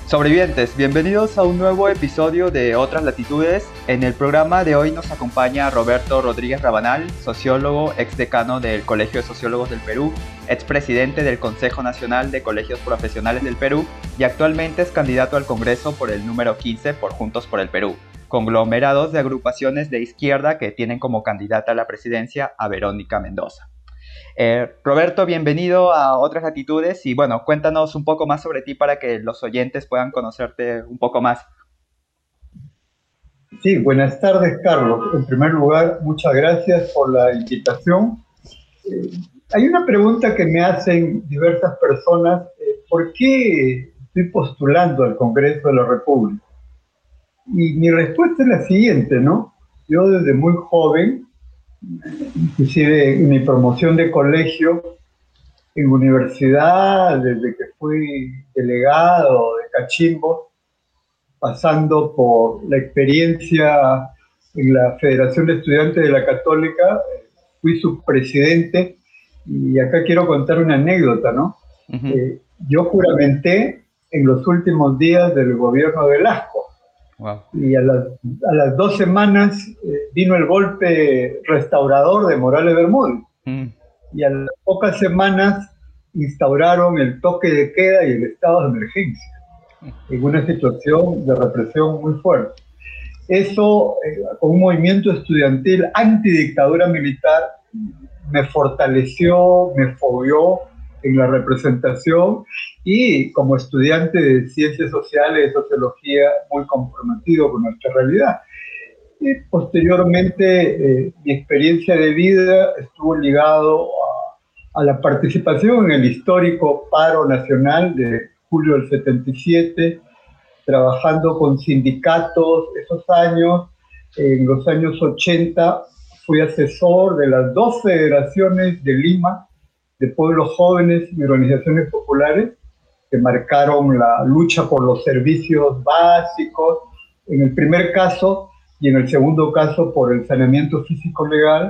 Sobrevivientes, bienvenidos a un nuevo episodio de Otras Latitudes. En el programa de hoy nos acompaña Roberto Rodríguez Rabanal, sociólogo, exdecano del Colegio de Sociólogos del Perú, expresidente del Consejo Nacional de Colegios Profesionales del Perú y actualmente es candidato al Congreso por el número 15 por Juntos por el Perú, conglomerados de agrupaciones de izquierda que tienen como candidata a la presidencia a Verónica Mendoza. Roberto, bienvenido a Otras Latitudes y bueno, cuéntanos un poco más sobre ti para que los oyentes puedan conocerte un poco más. Sí, buenas tardes, Carlos. En primer lugar, muchas gracias por la invitación. Eh, Hay una pregunta que me hacen diversas personas, ¿por qué estoy postulando al Congreso de la República? Y mi respuesta es la siguiente, ¿no? Yo desde muy joven, inclusive en mi promoción de colegio, en universidad, desde que fui delegado de Cachimbo, pasando por la experiencia en la Federación de Estudiantes de la Católica, fui subpresidente y acá quiero contar una anécdota, ¿no? Uh-huh. Yo juramenté en los últimos días del gobierno de Velasco Wow. y a las 2 semanas vino el golpe restaurador de Morales Bermúdez Mm. y a las pocas semanas instauraron el toque de queda y el estado de emergencia en una situación de represión muy fuerte. Eso, con un movimiento estudiantil antidictadura militar, me fortaleció, me fogueó en la representación y como estudiante de ciencias sociales y sociología muy comprometido con nuestra realidad. Y posteriormente mi experiencia de vida estuvo ligado a la participación en el histórico paro nacional de julio del 77, trabajando con sindicatos esos años. En los años 80 fui asesor de las dos federaciones de Lima, de pueblos jóvenes y organizaciones populares, que marcaron la lucha por los servicios básicos, en el primer caso, y en el segundo caso por el saneamiento físico legal.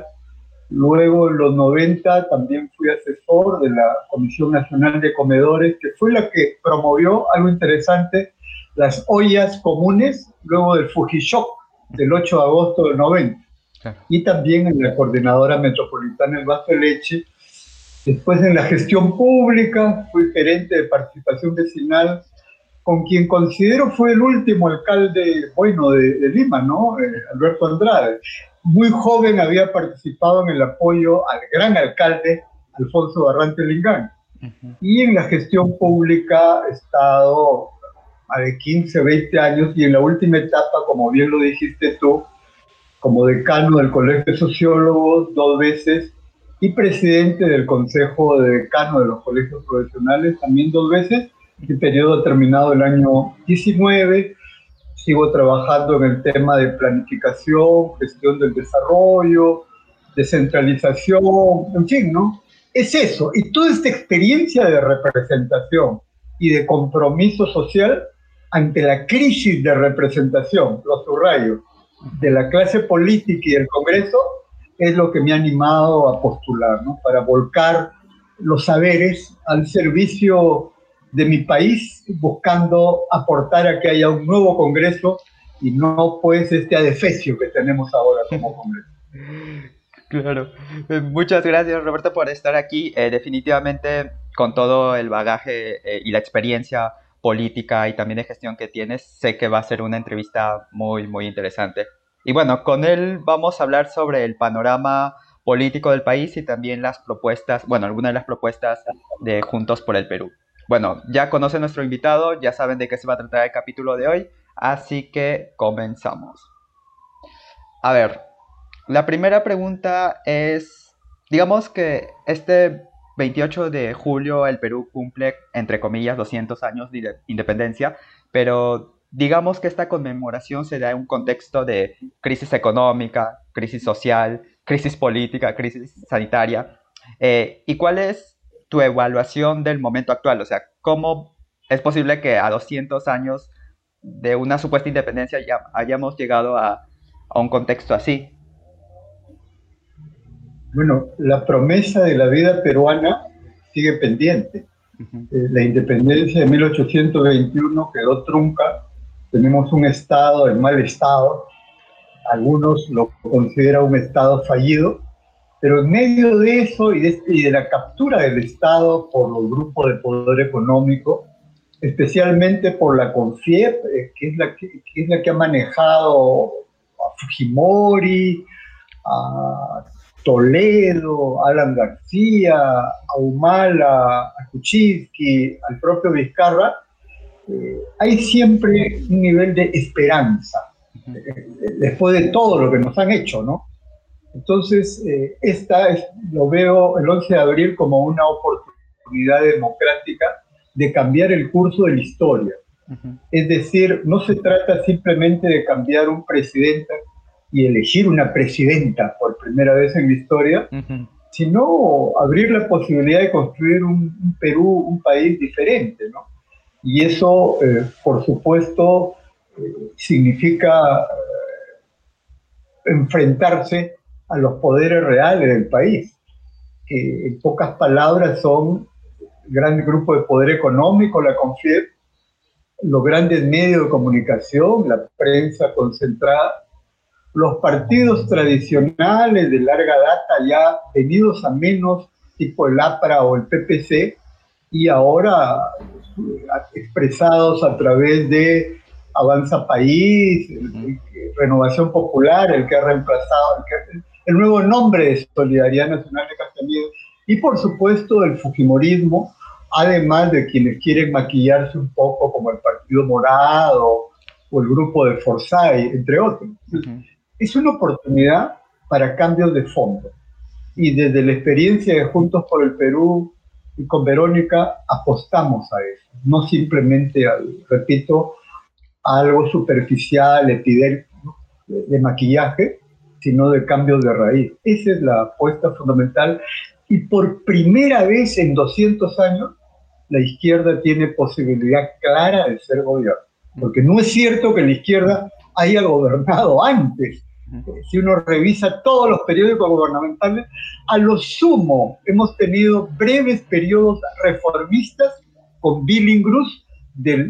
Luego, en los 90, también fui asesor de la Comisión Nacional de Comedores, que fue la que promovió algo interesante, las ollas comunes, luego del Fujishock del 8 de agosto del 90. Claro. Y también en la Coordinadora Metropolitana del Vaso de Leche. Después, en la gestión pública, fui gerente de participación vecinal, con quien considero fue el último alcalde bueno de Lima, ¿no? Alberto Andrade. Muy joven había participado en el apoyo al gran alcalde Alfonso Barrante Lingán. Uh-huh. Y en la gestión pública he estado a de 15, 20 años y en la última etapa, como bien lo dijiste tú, como decano del Colegio de Sociólogos 2 veces y presidente del Consejo de Decano de los Colegios Profesionales también 2 veces. Mi periodo ha terminado el año 19. Sigo trabajando en el tema de planificación, gestión del desarrollo, descentralización, en fin, ¿no? Es eso. Y toda esta experiencia de representación y de compromiso social ante la crisis de representación, lo subrayo, de la clase política y del Congreso, es lo que me ha animado a postular, ¿no? Para volcar los saberes al servicio de mi país, buscando aportar a que haya un nuevo Congreso y no pues este adefesio que tenemos ahora como Congreso. Claro. Muchas gracias, Roberto, por estar aquí. Definitivamente, con todo el bagaje y la experiencia política y también de gestión que tienes, sé que va a ser una entrevista muy, muy interesante. Y bueno, con él vamos a hablar sobre el panorama político del país y también las propuestas, bueno, algunas de las propuestas de Juntos por el Perú. Bueno, ya conocen nuestro invitado, ya saben de qué se va a tratar el capítulo de hoy, así que comenzamos. A ver, la primera pregunta es, digamos que este 28 de julio el Perú cumple, entre comillas, 200 años de independencia, pero digamos que esta conmemoración se da en un contexto de crisis económica, crisis social, crisis política, crisis sanitaria. ¿Y cuál es tu evaluación del momento actual? O sea, ¿cómo es posible que a 200 años de una supuesta independencia ya hayamos llegado a un contexto así? Bueno, la promesa de la vida peruana sigue pendiente. Ujú, La independencia de 1821 quedó trunca, tenemos un Estado en mal estado, algunos lo consideran un Estado fallido, pero en medio de eso y de la captura del Estado por los grupos de poder económico, especialmente por la CONFIEP, que es la que ha manejado a Fujimori, a Toledo, a Alan García, a Humala, a Kuczynski, al propio Vizcarra, hay siempre un nivel de esperanza ujú, después de todo lo que nos han hecho, ¿no? Entonces, lo veo el 11 de abril como una oportunidad democrática de cambiar el curso de la historia. ujú, Es decir, no se trata simplemente de cambiar un presidente y elegir una presidenta por primera vez en la historia, ujú, sino abrir la posibilidad de construir un Perú, un país diferente, ¿no? Y eso, por supuesto, significa enfrentarse a los poderes reales del país, que en pocas palabras son el gran grupo de poder económico, la CONFIEP, los grandes medios de comunicación, la prensa concentrada, los partidos tradicionales de larga data ya venidos a menos, tipo el APRA o el PPC, y ahora expresados a través de Avanza País, ujú, Renovación Popular, el que ha reemplazado, el nuevo nombre de Solidaridad Nacional de Castañeda, y por supuesto el Fujimorismo, además de quienes quieren maquillarse un poco como el Partido Morado o el grupo de Forsyth, entre otros. ujú, Es una oportunidad para cambios de fondo. Y desde la experiencia de Juntos por el Perú y con Verónica apostamos a eso, no simplemente, repito, a algo superficial, epidérmico, de maquillaje, sino de cambios de raíz. Esa es la apuesta fundamental y por primera vez en 200 años la izquierda tiene posibilidad clara de ser gobierno. Porque ujú, no es cierto que la izquierda haya gobernado antes. ujú, Si uno revisa todos los periódicos gubernamentales, a lo sumo hemos tenido breves periodos reformistas con Billingrus del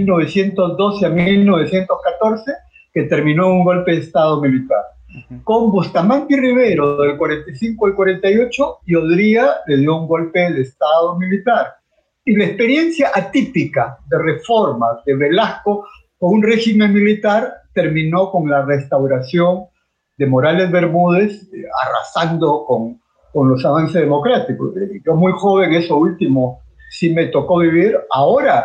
1912 a 1914, que terminó en un golpe de Estado militar. ujú, Con Bustamante y Rivero del 45 al 48 y Odría le dio un golpe de Estado militar. Y la experiencia atípica de reformas de Velasco con un régimen militar terminó con la restauración de Morales Bermúdez, arrasando con los avances democráticos. Yo muy joven, eso último sí me tocó vivir. Ahora,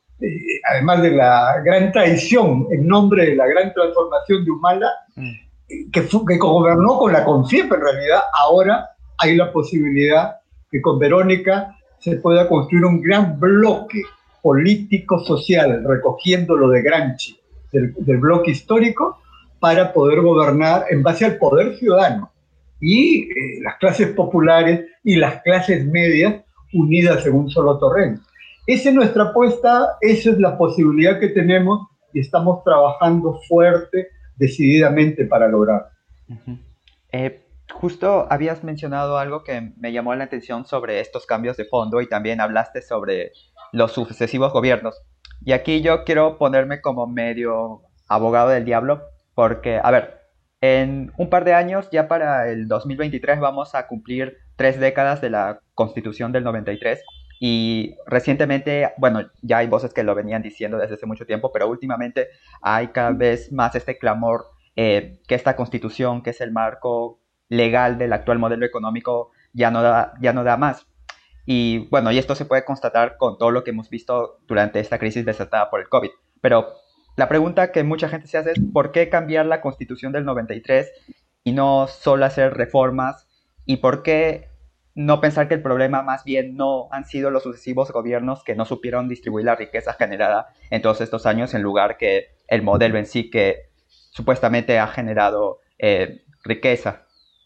además de la gran traición en nombre de la gran transformación de Humala, ujú, que gobernó con la CONFIEP en realidad, ahora hay la posibilidad que con Verónica se pueda construir un gran bloque político-social, recogiendo lo de Gramsci, del bloque histórico, para poder gobernar en base al poder ciudadano. Y las clases populares y las clases medias unidas en un solo torrente. Esa es nuestra apuesta, esa es la posibilidad que tenemos y estamos trabajando fuerte, decididamente para lograr. ujú. Justo habías mencionado algo que me llamó la atención sobre estos cambios de fondo y también hablaste sobre los sucesivos gobiernos. Y aquí yo quiero ponerme como medio abogado del diablo porque, a ver, en un par de años, ya para el 2023, vamos a cumplir 3 décadas de la Constitución del 93 y recientemente, bueno, ya hay voces que lo venían diciendo desde hace mucho tiempo, pero últimamente hay cada vez más este clamor que esta constitución, que es el marco legal del actual modelo económico, ya no da más. Y bueno, y esto se puede constatar con todo lo que hemos visto durante esta crisis desatada por el COVID. Pero la pregunta que mucha gente se hace es ¿por qué cambiar la constitución del 93 y no solo hacer reformas? ¿Y por qué no pensar que el problema más bien no han sido los sucesivos gobiernos que no supieron distribuir la riqueza generada en todos estos años en lugar que el modelo en sí que supuestamente ha generado riqueza?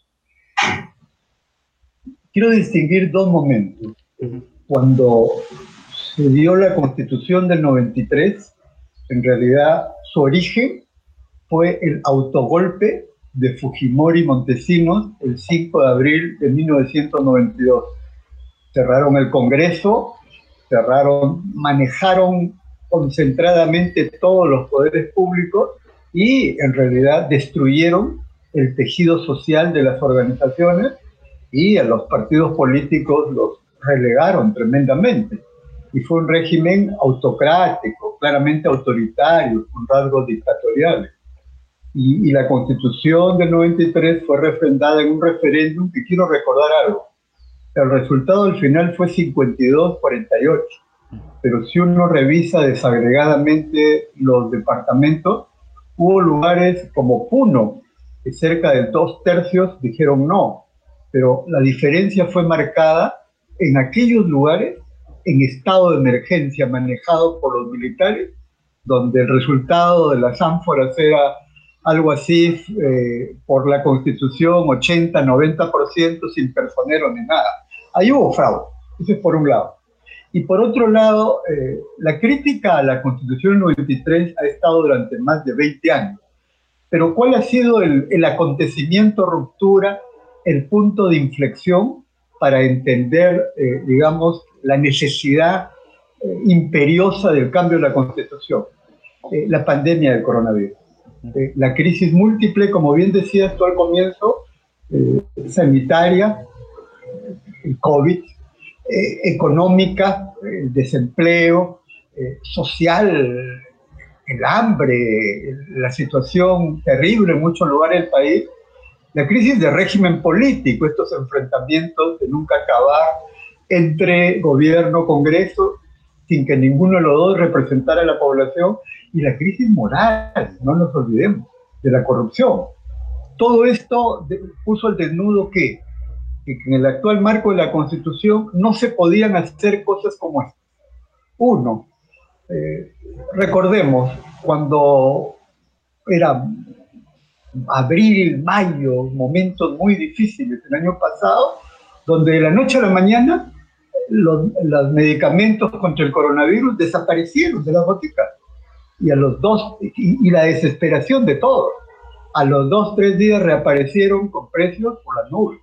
Quiero distinguir dos momentos. Ujú, Cuando se dio la Constitución del 93, en realidad su origen fue el autogolpe de Fujimori y Montesinos el 5 de abril de 1992. Cerraron el Congreso cerraron, manejaron concentradamente todos los poderes públicos y en realidad destruyeron el tejido social de las organizaciones y a los partidos políticos los relegaron tremendamente. Y fue un régimen autocrático, claramente autoritario, con rasgos dictatoriales. Y la Constitución del 93 fue refrendada en un referéndum que quiero recordar algo. El resultado al final fue 52-48, pero si uno revisa desagregadamente los departamentos, hubo lugares como Puno, que cerca de 2/3 dijeron no, pero la diferencia fue marcada en aquellos lugares en estado de emergencia manejado por los militares, donde el resultado de las ánforas era algo así, por la Constitución, 80-90% sin personero ni nada. Ahí hubo fraude, eso es por un lado. Y por otro lado, la crítica a la Constitución del 93 ha estado durante más de 20 años. Pero ¿cuál ha sido el acontecimiento, ruptura, el punto de inflexión para entender, digamos, la necesidad imperiosa del cambio de la Constitución? La pandemia del coronavirus. La crisis múltiple, como bien decías tú al comienzo, sanitaria, el COVID, económica, el desempleo, social, el hambre, la situación terrible en muchos lugares del país, la crisis de régimen político, estos enfrentamientos de nunca acabar entre gobierno, Congreso, sin que ninguno de los dos representara a la población, y la crisis moral, no nos olvidemos, de la corrupción. Todo esto puso al desnudo que en el actual marco de la Constitución no se podían hacer cosas como esta. Uno, recordemos, cuando era abril, mayo, momentos muy difíciles el año pasado, donde de la noche a la mañana los medicamentos contra el coronavirus desaparecieron de las boticas. Y a los y la desesperación de todos. A los 2-3 días reaparecieron con precios por las nubes.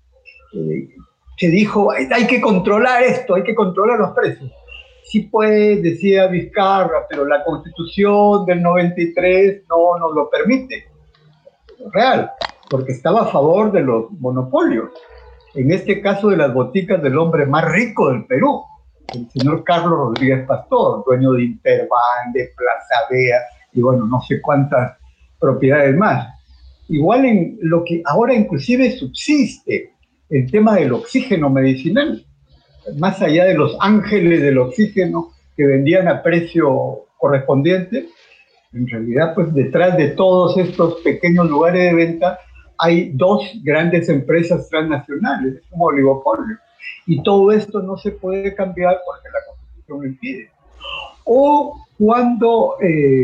Se dijo, hay que controlar esto, hay que controlar los precios. Sí, pues, decía Vizcarra, pero la Constitución del 93 no nos lo permite. Real, porque estaba a favor de los monopolios. En este caso de las boticas del hombre más rico del Perú, el señor Carlos Rodríguez Pastor, dueño de Interban, de Plaza Vea, y bueno, no sé cuántas propiedades más. Igual en lo que ahora inclusive subsiste, el tema del oxígeno medicinal, más allá de los ángeles del oxígeno que vendían a precio correspondiente, en realidad, pues detrás de todos estos pequeños lugares de venta hay 2 grandes empresas transnacionales, es un oligopolio. Y todo esto no se puede cambiar porque la Constitución lo impide. O cuando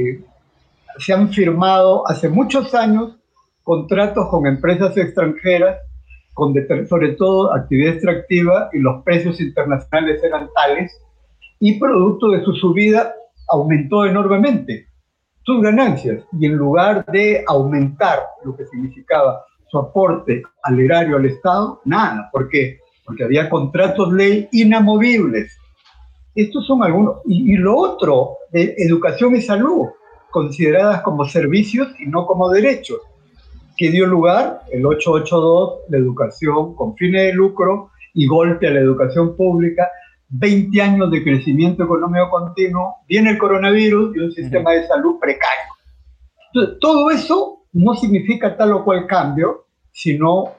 se han firmado hace muchos años contratos con empresas extranjeras, con sobre todo actividad extractiva, y los precios internacionales eran tales, y producto de su subida aumentó enormemente sus ganancias, y en lugar de aumentar lo que significaba su aporte al erario, al Estado, nada. ¿Por qué? Porque había contratos ley inamovibles. Estos son algunos. Y lo otro, de educación y salud, consideradas como servicios y no como derechos, que dio lugar, el 882, la educación con fines de lucro y golpe a la educación pública, 20 años de crecimiento económico continuo, viene el coronavirus y un sistema de salud precario. Entonces, todo eso no significa tal o cual cambio, sino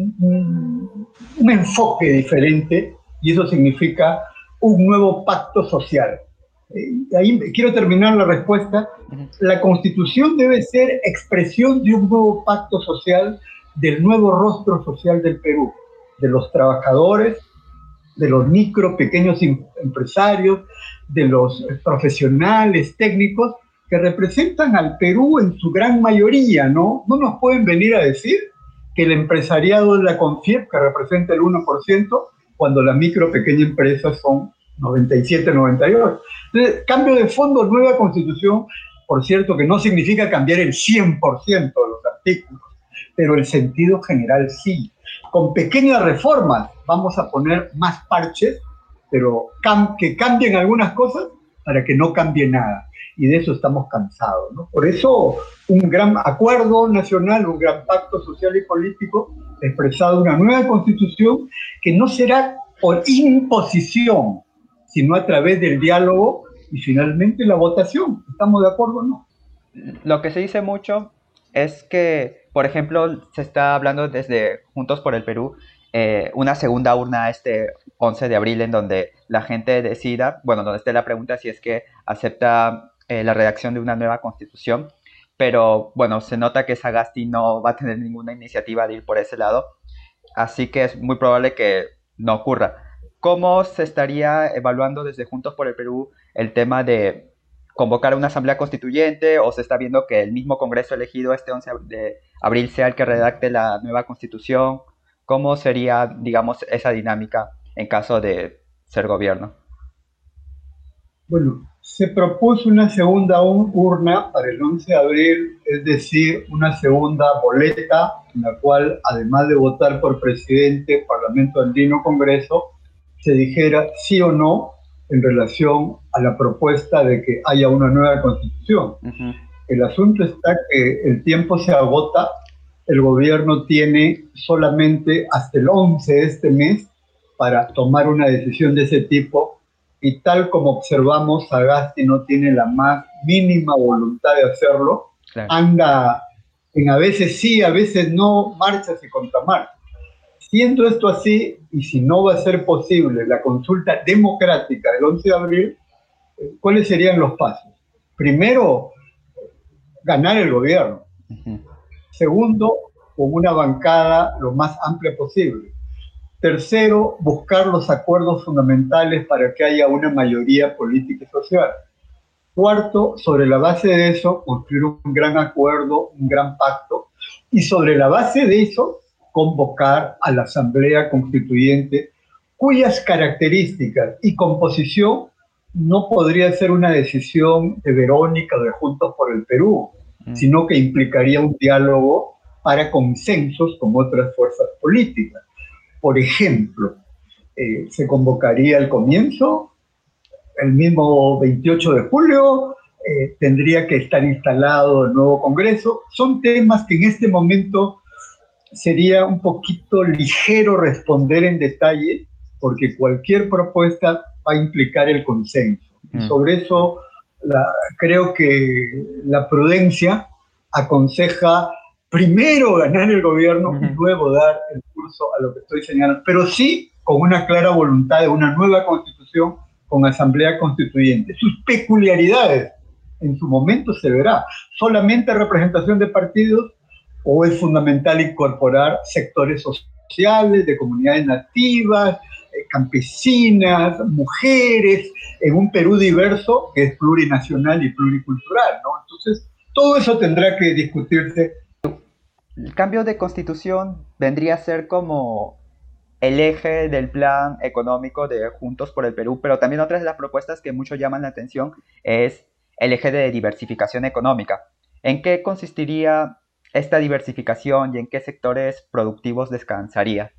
un enfoque diferente, y eso significa un nuevo pacto social. Ahí quiero terminar la respuesta. La Constitución debe ser expresión de un nuevo pacto social, del nuevo rostro social del Perú, de los trabajadores, de los micro, pequeños empresarios, de los profesionales, técnicos, que representan al Perú en su gran mayoría, ¿no? No nos pueden venir a decir que el empresariado es la CONFIEP, que representa el 1%, cuando las micro, pequeñas empresas son 97, 98. Entonces, cambio de fondo, nueva Constitución, por cierto, que no significa cambiar el 100% de los artículos, pero el sentido general sí. Con pequeñas reformas vamos a poner más parches pero que cambien algunas cosas para que no cambie nada. Y de eso estamos cansados, ¿no? Por eso un gran acuerdo nacional, un gran pacto social y político expresado una nueva constitución que no será por imposición, sino a través del diálogo y finalmente la votación. ¿Estamos de acuerdo o no? Lo que se dice mucho es que, por ejemplo, se está hablando desde Juntos por el Perú, una segunda urna este 11 de abril en donde la gente decida, bueno, donde esté la pregunta si es que acepta la redacción de una nueva constitución, pero bueno, se nota que Sagasti no va a tener ninguna iniciativa de ir por ese lado, así que es muy probable que no ocurra. ¿Cómo se estaría evaluando desde Juntos por el Perú el tema de convocar una asamblea constituyente o se está viendo que el mismo Congreso elegido este 11 de abril sea el que redacte la nueva constitución? ¿Cómo sería, digamos, esa dinámica en caso de ser gobierno? Bueno, se propuso una segunda urna para el 11 de abril, es decir, una segunda boleta en la cual, además de votar por presidente, Parlamento andino, Congreso, se dijera sí o no en relación a la propuesta de que haya una nueva constitución. Ujú. El asunto está que el tiempo se agota, el gobierno tiene solamente hasta el 11 de este mes para tomar una decisión de ese tipo y tal como observamos, Sagasti no tiene la más mínima voluntad de hacerlo, Claro. anda en a veces sí, a veces no, marchas y contramarchas. Siendo esto así, y si no va a ser posible la consulta democrática del 11 de abril, ¿cuáles serían los pasos? Primero, ganar el gobierno. Ujú. Segundo, con una bancada lo más amplia posible. Tercero, buscar los acuerdos fundamentales para que haya una mayoría política y social. Cuarto, sobre la base de eso, construir un gran acuerdo, un gran pacto, y sobre la base de eso, convocar a la Asamblea Constituyente, cuyas características y composición no podría ser una decisión de Verónica o de Juntos por el Perú, Mm. sino que implicaría un diálogo para consensos con otras fuerzas políticas. Por ejemplo, se convocaría al comienzo, el mismo 28 de julio, tendría que estar instalado el nuevo Congreso. Son temas que en este momento sería un poquito ligero responder en detalle, porque cualquier propuesta va a implicar el consenso. Y Mm. sobre eso creo que la prudencia aconseja primero ganar el gobierno y Ujú. luego dar el curso a lo que estoy señalando, pero sí con una clara voluntad de una nueva constitución con asamblea constituyente. Sus peculiaridades en su momento se verá. Solamente representación de partidos o es fundamental incorporar sectores sociales, de comunidades nativas, campesinas, mujeres, en un Perú diverso que es plurinacional y pluricultural, ¿no? Entonces, todo eso tendrá que discutirse. El cambio de constitución vendría a ser como el eje del plan económico de Juntos por el Perú, pero también otras de las propuestas que mucho llaman la atención es el eje de diversificación económica. ¿En qué consistiría esta diversificación y en qué sectores productivos descansaría?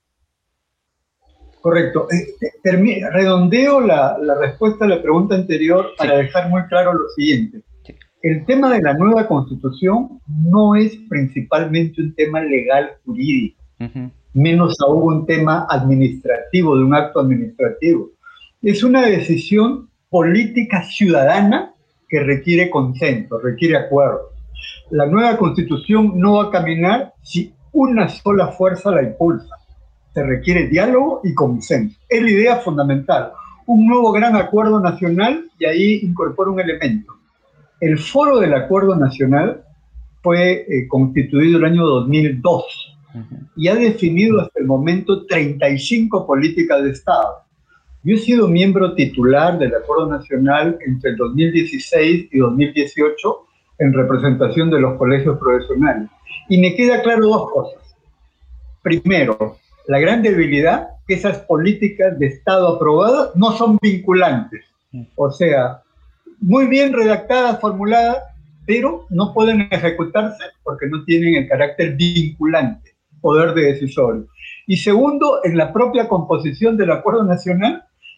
Correcto. Redondeo la respuesta a la pregunta anterior Sí, para dejar muy claro lo siguiente. sí. El tema de la nueva constitución no es principalmente un tema legal jurídico, Ujú. menos aún un tema administrativo, de un acto administrativo. Es una decisión política ciudadana que requiere consenso, requiere acuerdo. La nueva constitución no va a caminar si una sola fuerza la impulsa. Se requiere diálogo y consenso. Es la idea fundamental. Un nuevo gran acuerdo nacional y ahí incorpora un elemento. El Foro del Acuerdo Nacional fue constituido el año 2002 Ujú. y ha definido hasta el momento 35 políticas de Estado. Yo he sido miembro titular del Acuerdo Nacional entre el 2016 y 2018 en representación de los colegios profesionales. Y me queda claro dos cosas. Primero, la gran debilidad, que esas políticas de Estado aprobadas no son vinculantes. O sea, muy bien redactadas, formuladas, pero no pueden ejecutarse porque no tienen el carácter vinculante, poder de decisorio. Y segundo, en la propia composición del Acuerdo Nacional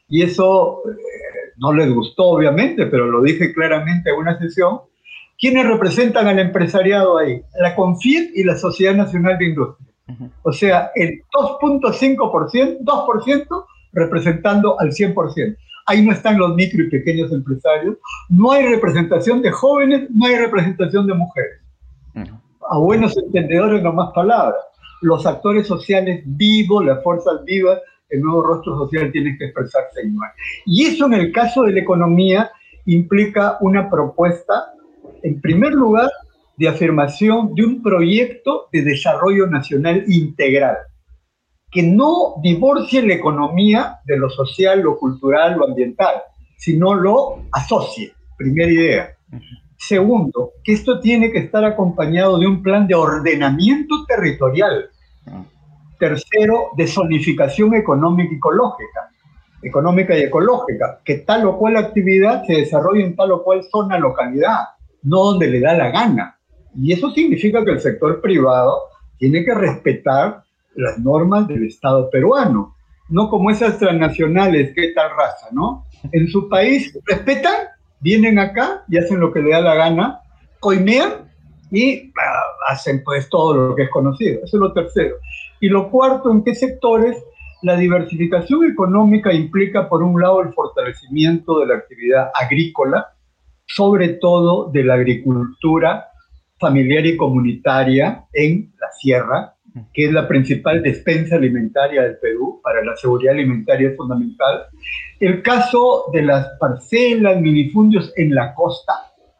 Y eso no les gustó, obviamente, pero lo dije claramente en una sesión. ¿Quiénes representan al empresariado ahí? La CONFIEP y la Sociedad Nacional de Industria. Ujú. O sea, el 2.5%, 2% representando al 100%. Ahí no están los micro y pequeños empresarios, no hay representación de jóvenes, no hay representación de mujeres. Ujú. A buenos entendedores, no más palabras. Los actores sociales vivos, las fuerzas vivas, el nuevo rostro social tiene que expresarse igual. Y eso en el caso de la economía implica una propuesta, en primer lugar, de afirmación de un proyecto de desarrollo nacional integral, que no divorcie la economía de lo social, lo cultural, lo ambiental, sino lo asocie. Primera idea. Segundo, que esto tiene que estar acompañado de un plan de ordenamiento territorial. Tercero, de zonificación económica y ecológica, que tal o cual actividad se desarrolle en tal o cual zona, localidad, no donde le da la gana. Y eso significa que el sector privado tiene que respetar las normas del Estado peruano, no como esas transnacionales, que tal raza, ¿no? En su país respetan, vienen acá y hacen lo que le da la gana, coimean y hacen pues todo lo que es conocido. Eso es lo tercero. Y lo cuarto, ¿en qué sectores? La diversificación económica implica, por un lado, el fortalecimiento de la actividad agrícola, sobre todo de la agricultura familiar y comunitaria en la sierra, que es la principal despensa alimentaria del Perú. Para la seguridad alimentaria es fundamental. El caso de las parcelas, minifundios en la costa,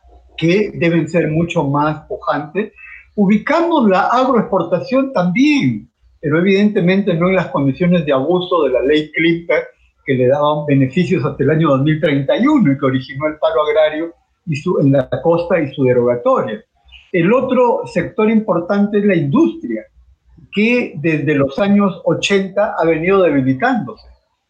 que deben ser mucho más pujantes. Ubicamos la agroexportación también, pero evidentemente no en las condiciones de abuso de la ley Clipper, que le daban beneficios hasta el año 2031 y que originó el paro agrario en la costa y su derogatoria. El otro sector importante es la industria, que desde los años 80 ha venido debilitándose.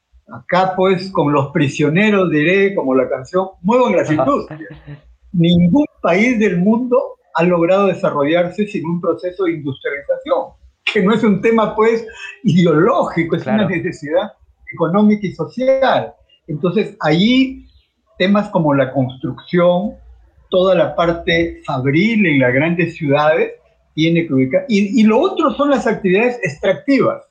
Acá pues con los prisioneros, diré, como la canción, muevan las industrias. Ningún país del mundo ha logrado desarrollarse sin un proceso de industrialización, que no es un tema pues ideológico, es una necesidad económica y social. Entonces allí temas como la construcción, toda la parte fabril en las grandes ciudades tiene que ubicar. Y lo otro son las actividades extractivas,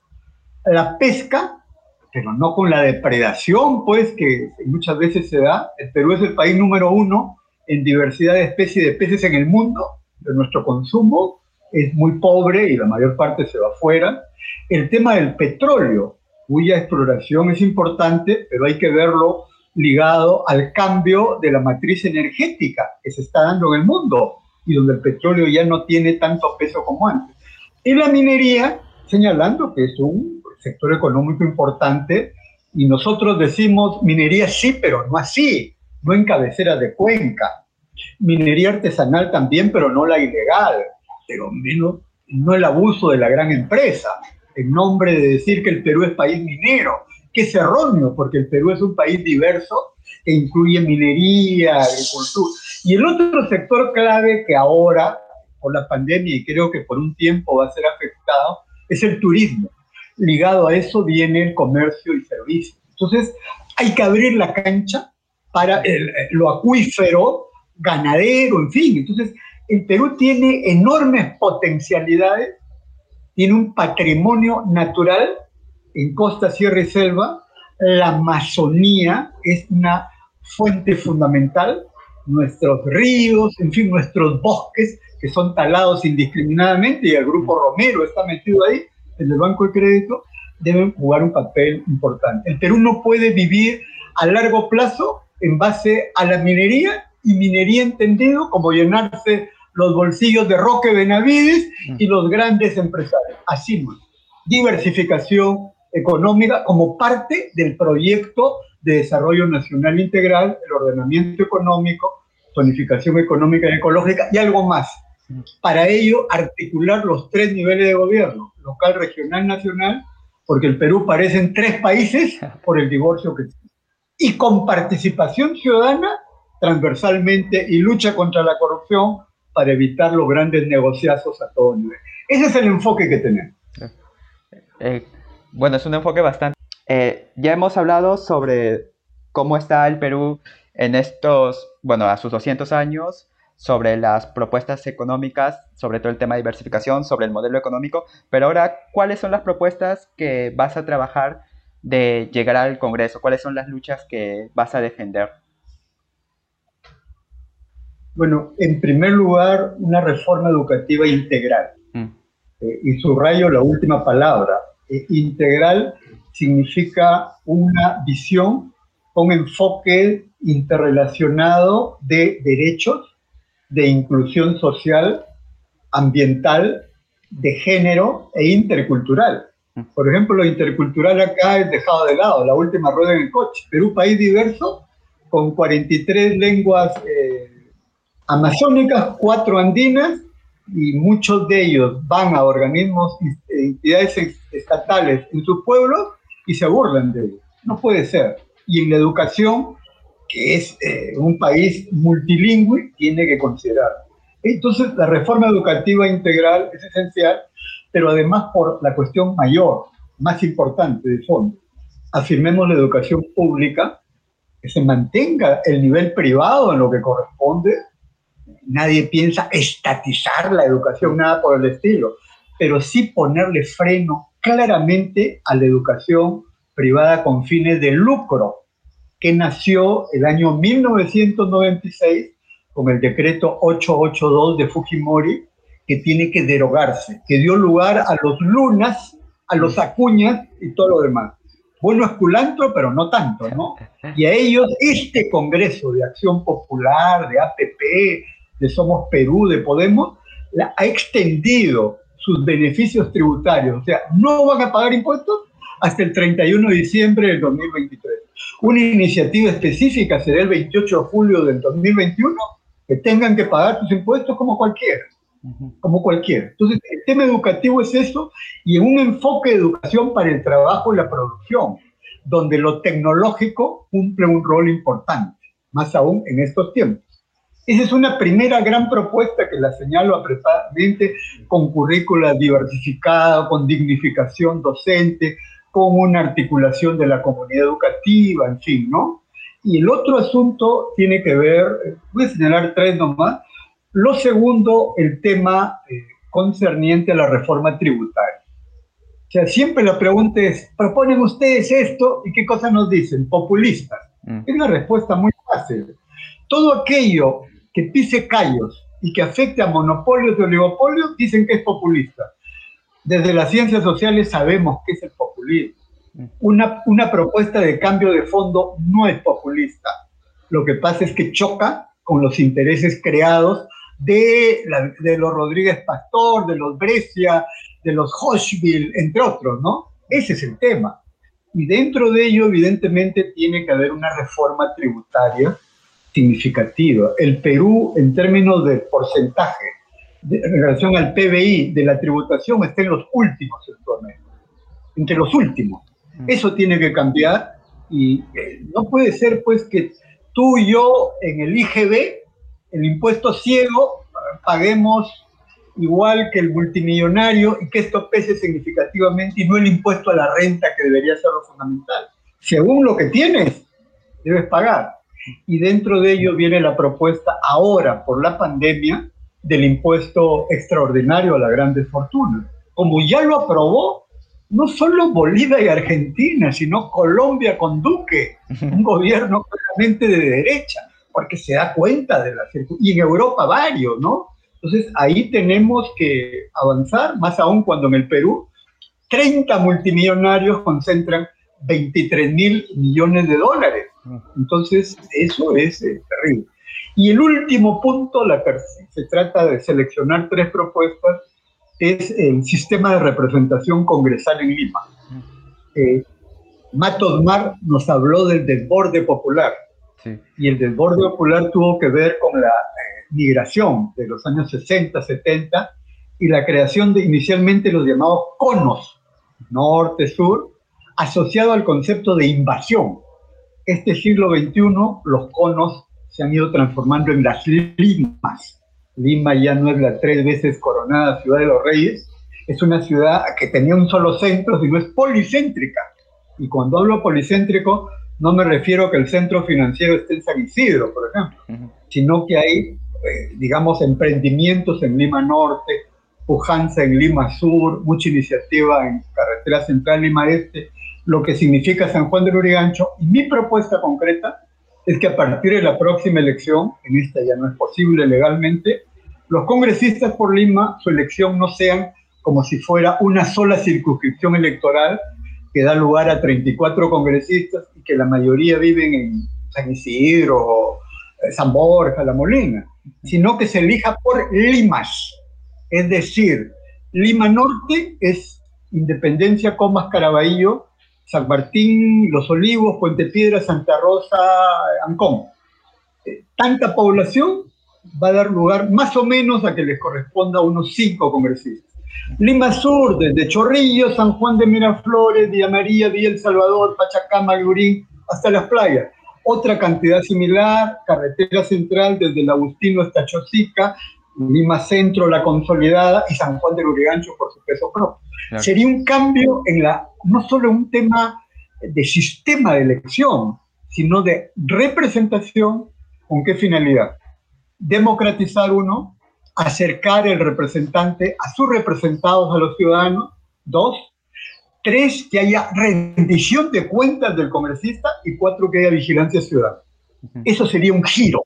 la pesca, pero no con la depredación pues que muchas veces se da. El Perú es el país número 1 en diversidad de especies de peces en el mundo, pero nuestro consumo es muy pobre y la mayor parte se va afuera. El tema del petróleo, cuya exploración es importante, pero hay que verlo ligado al cambio de la matriz energética que se está dando en el mundo y donde el petróleo ya no tiene tanto peso como antes. Y la minería, señalando que es un sector económico importante, y nosotros decimos minería sí, pero no así, no en cabeceras de cuenca. Minería artesanal también, pero no la ilegal, pero menos, no el abuso de la gran empresa, en nombre de decir que el Perú es país minero, que es erróneo, porque el Perú es un país diverso que incluye minería, agricultura. Y el otro sector clave que ahora, por la pandemia, y creo que por un tiempo va a ser afectado, es el turismo. Ligado a eso viene el comercio y servicios. Entonces, hay que abrir la cancha para lo acuífero, ganadero, en fin. Entonces, el Perú tiene enormes potencialidades, tiene un patrimonio natural en costa, sierra y selva. La Amazonía es una fuente fundamental, nuestros ríos, en fin, nuestros bosques que son talados indiscriminadamente, y el Grupo Romero está metido ahí, en el Banco de Crédito, deben jugar un papel importante. El Perú no puede vivir a largo plazo en base a la minería, y minería entendido como llenarse los bolsillos de Roque Benavides y los grandes empresarios. Así no es. Diversificación económica como parte del proyecto de desarrollo nacional integral, el ordenamiento económico, zonificación económica y ecológica, y algo más. Para ello, articular los 3 niveles de gobierno, local, regional, nacional, porque el Perú parecen 3 países por el divorcio que tiene. Y con participación ciudadana transversalmente y lucha contra la corrupción para evitar los grandes negociazos a todo nivel. Ese es el enfoque que tenemos. Bueno, es un enfoque bastante Ya hemos hablado sobre cómo está el Perú en estos, bueno, a sus 200 años, sobre las propuestas económicas, sobre todo el tema de diversificación, sobre el modelo económico, pero ahora, ¿cuáles son las propuestas que vas a trabajar de llegar al Congreso? ¿Cuáles son las luchas que vas a defender? Bueno, en primer lugar, una reforma educativa integral. Mm, Y subrayo la última palabra. Integral significa una visión con enfoque interrelacionado de derechos, de inclusión social, ambiental, de género e intercultural. mm, Por ejemplo, lo intercultural acá es dejado de lado, la última rueda en el coche. Perú, país diverso, con 43 lenguas amazónicas, 4 andinas, y muchos de ellos van a organismos, entidades estatales en sus pueblos y se burlan de ellos. No puede ser. Y en la educación, que es un país multilingüe, tiene que considerar. Entonces, la reforma educativa integral es esencial, pero además por la cuestión mayor, más importante de fondo. Afirmemos la educación pública, que se mantenga el nivel privado en lo que corresponde. Nadie piensa estatizar la educación, nada por el estilo, pero sí ponerle freno claramente a la educación privada con fines de lucro, que nació el año 1996 con el decreto 882 de Fujimori, que tiene que derogarse, que dio lugar a los lunas, a los acuñas y todo lo demás. Bueno, es culantro, pero no tanto, ¿no? Y a ellos este Congreso de Acción Popular, de APP, de Somos Perú, de Podemos, ha extendido sus beneficios tributarios. O sea, no van a pagar impuestos hasta el 31 de diciembre del 2023. Una iniciativa específica será el 28 de julio del 2021, que tengan que pagar sus impuestos como cualquiera. Como cualquiera. Entonces, el tema educativo es eso, y en un enfoque de educación para el trabajo y la producción, donde lo tecnológico cumple un rol importante, más aún en estos tiempos. Esa es una primera gran propuesta que la señalo apresadamente, con currícula diversificada, con dignificación docente, con una articulación de la comunidad educativa, en fin, ¿no? Y el otro asunto tiene que ver, voy a señalar 3 nomás. Lo segundo, el tema concerniente a la reforma tributaria. O sea, siempre la pregunta es, ¿proponen ustedes esto? ¿Y qué cosa nos dicen? Populistas. Es una respuesta muy fácil. Todo aquello que pise callos y que afecte a monopolios y oligopolios, dicen que es populista. Desde las ciencias sociales sabemos qué es el populismo. Una propuesta de cambio de fondo no es populista. Lo que pasa es que choca con los intereses creados de los Rodríguez Pastor, de los Brescia, de los Hochschild, entre otros, ¿no? Ese es el tema. Y dentro de ello, evidentemente, tiene que haber una reforma tributaria significativa. El Perú, en términos de porcentaje, en relación al PBI de la tributación, está en los últimos actualmente, entre los últimos. Eso tiene que cambiar y no puede ser pues que tú y yo en el IGB, el impuesto ciego, paguemos igual que el multimillonario y que esto pese significativamente y no el impuesto a la renta que debería ser lo fundamental. Según lo que tienes, debes pagar. Y dentro de ello viene la propuesta ahora, por la pandemia, del impuesto extraordinario a las grandes fortunas. Como ya lo aprobó no solo Bolivia y Argentina, sino Colombia con Duque, un gobierno claramente de derecha, porque se da cuenta de la circunstancia, y en Europa varios, ¿no? Entonces ahí tenemos que avanzar, más aún cuando en el Perú 30 multimillonarios concentran 23.000 millones de dólares. Entonces eso es terrible. Y el último punto, se trata de seleccionar 3 propuestas, es el sistema de representación congresal en Lima. Matos Mar nos habló del desborde popular, sí. Y el desborde popular tuvo que ver con la migración de los años 60, 70 y la creación de inicialmente los llamados conos, norte, sur, asociado al concepto de invasión. Este siglo XXI, los conos se han ido transformando en las limas. Lima ya no es la 3 veces coronada ciudad de los reyes, es una ciudad que tenía un solo centro, sino es policéntrica. Y cuando hablo policéntrico, no me refiero a que el centro financiero esté en San Isidro, por ejemplo, sino que hay, digamos, emprendimientos en Lima Norte, pujanza en Lima Sur, mucha iniciativa en Carretera Central Lima Este, lo que significa San Juan del Lurigancho. Y mi propuesta concreta es que a partir de la próxima elección, en esta ya no es posible legalmente, los congresistas por Lima, su elección no sean como si fuera una sola circunscripción electoral que da lugar a 34 congresistas y que la mayoría viven en San Isidro, San Borja, La Molina, sino que se elija por limas. Es decir, Lima Norte es Independencia, Comas, Caraballo, San Martín, Los Olivos, Puente Piedra, Santa Rosa, Ancón. Tanta población va a dar lugar más o menos a que les corresponda a unos 5 congresistas. Lima Sur, desde Chorrillos, San Juan de Miraflores, Villa María, Villa El Salvador, Pachacama, Lurín, hasta las playas. Otra cantidad similar, Carretera Central, desde el Agustino hasta Chosica, Lima Centro, La Consolidada y San Juan de Lurigancho por su peso propio. Claro. Sería un cambio en no solo un tema de sistema de elección, sino de representación. ¿Con qué finalidad? Democratizar uno, acercar el representante a sus representados, a los ciudadanos. 2. 3, que haya rendición de cuentas del congresista. Y 4, que haya vigilancia ciudadana. Eso sería un giro.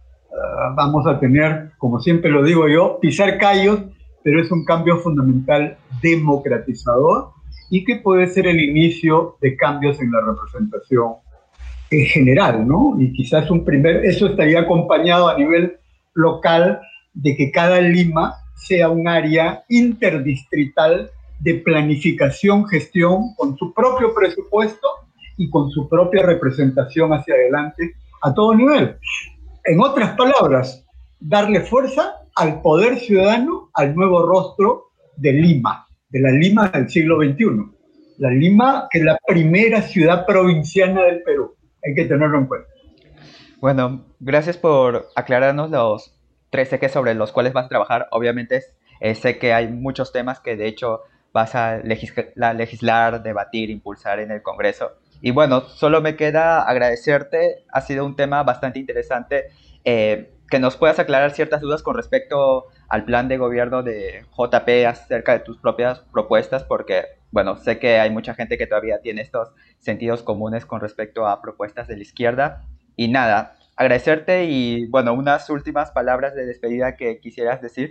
Vamos a tener, como siempre lo digo yo, pisar callos, pero es un cambio fundamental democratizador y que puede ser el inicio de cambios en la representación general, ¿no? Y quizás eso estaría acompañado a nivel local de que cada Lima sea un área interdistrital de planificación, gestión, con su propio presupuesto y con su propia representación hacia adelante a todo nivel. En otras palabras, darle fuerza al poder ciudadano, al nuevo rostro de Lima, de la Lima del siglo XXI. La Lima que es la primera ciudad provinciana del Perú. Hay que tenerlo en cuenta. Bueno, gracias por aclararnos los 3 ejes sobre los cuales vas a trabajar. Obviamente sé que hay muchos temas que de hecho vas a legislar, debatir, impulsar en el Congreso. Y bueno, solo me queda agradecerte. Ha sido un tema bastante interesante. Que nos puedas aclarar ciertas dudas con respecto al plan de gobierno de JP acerca de tus propias propuestas, porque, bueno, sé que hay mucha gente que todavía tiene estos sentidos comunes con respecto a propuestas de la izquierda. Y nada, agradecerte y, bueno, unas últimas palabras de despedida que quisieras decir.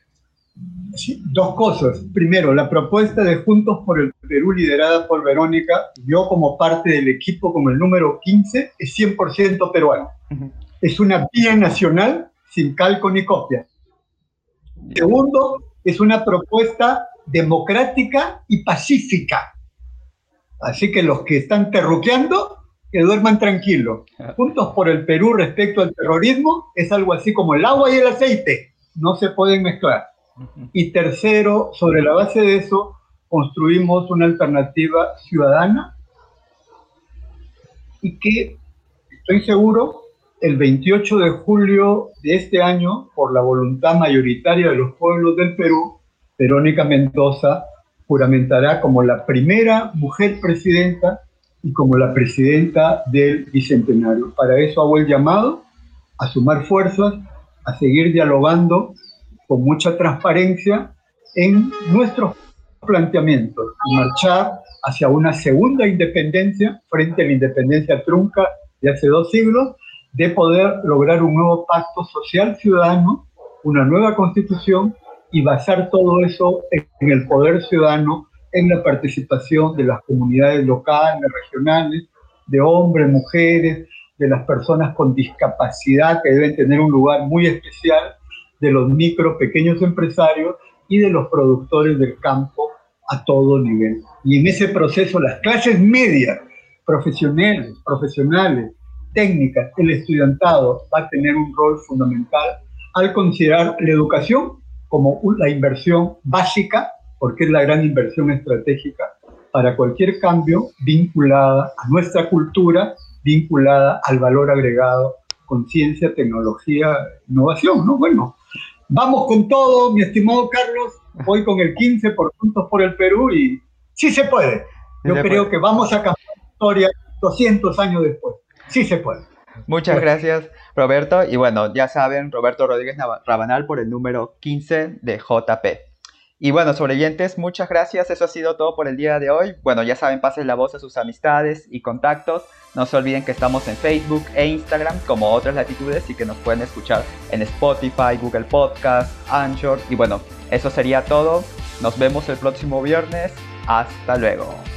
Sí, 2 cosas. Primero, la propuesta de Juntos por el Perú, liderada por Verónica, yo como parte del equipo, como el número 15, es 100% peruano. Es una vía nacional sin calco ni copia. Segundo, es una propuesta democrática y pacífica. Así que los que están terruqueando, que duerman tranquilos. Juntos por el Perú respecto al terrorismo es algo así como el agua y el aceite. No se pueden mezclar. Y tercero, sobre la base de eso, construimos una alternativa ciudadana y que, estoy seguro, el 28 de julio de este año, por la voluntad mayoritaria de los pueblos del Perú, Verónica Mendoza juramentará como la primera mujer presidenta y como la presidenta del Bicentenario. Para eso hago el llamado a sumar fuerzas, a seguir dialogando con mucha transparencia en nuestros planteamientos y marchar hacia una segunda independencia frente a la independencia trunca de hace 2 siglos, de poder lograr un nuevo pacto social ciudadano, una nueva constitución y basar todo eso en el poder ciudadano, en la participación de las comunidades locales, regionales, de hombres, mujeres, de las personas con discapacidad que deben tener un lugar muy especial, de los micro, pequeños empresarios y de los productores del campo a todo nivel. Y en ese proceso las clases medias, profesionales, técnicas, el estudiantado va a tener un rol fundamental al considerar la educación como la inversión básica, porque es la gran inversión estratégica para cualquier cambio vinculada a nuestra cultura, vinculada al valor agregado con ciencia, tecnología, innovación, ¿no? Bueno, vamos con todo, mi estimado Carlos, voy con el 15 por Juntos por el Perú y sí se puede. Yo creo que vamos a cambiar la historia 200 años después. Sí se puede. Muchas gracias, Roberto. Y bueno, ya saben, Roberto Rodríguez Rabanal por el número 15 de JP. Y bueno, sobrevivientes, muchas gracias. Eso ha sido todo por el día de hoy. Bueno, ya saben, pasen la voz a sus amistades y contactos. No se olviden que estamos en Facebook e Instagram como Otras Latitudes y que nos pueden escuchar en Spotify, Google Podcast, Anchor. Y bueno, eso sería todo. Nos vemos el próximo viernes. Hasta luego.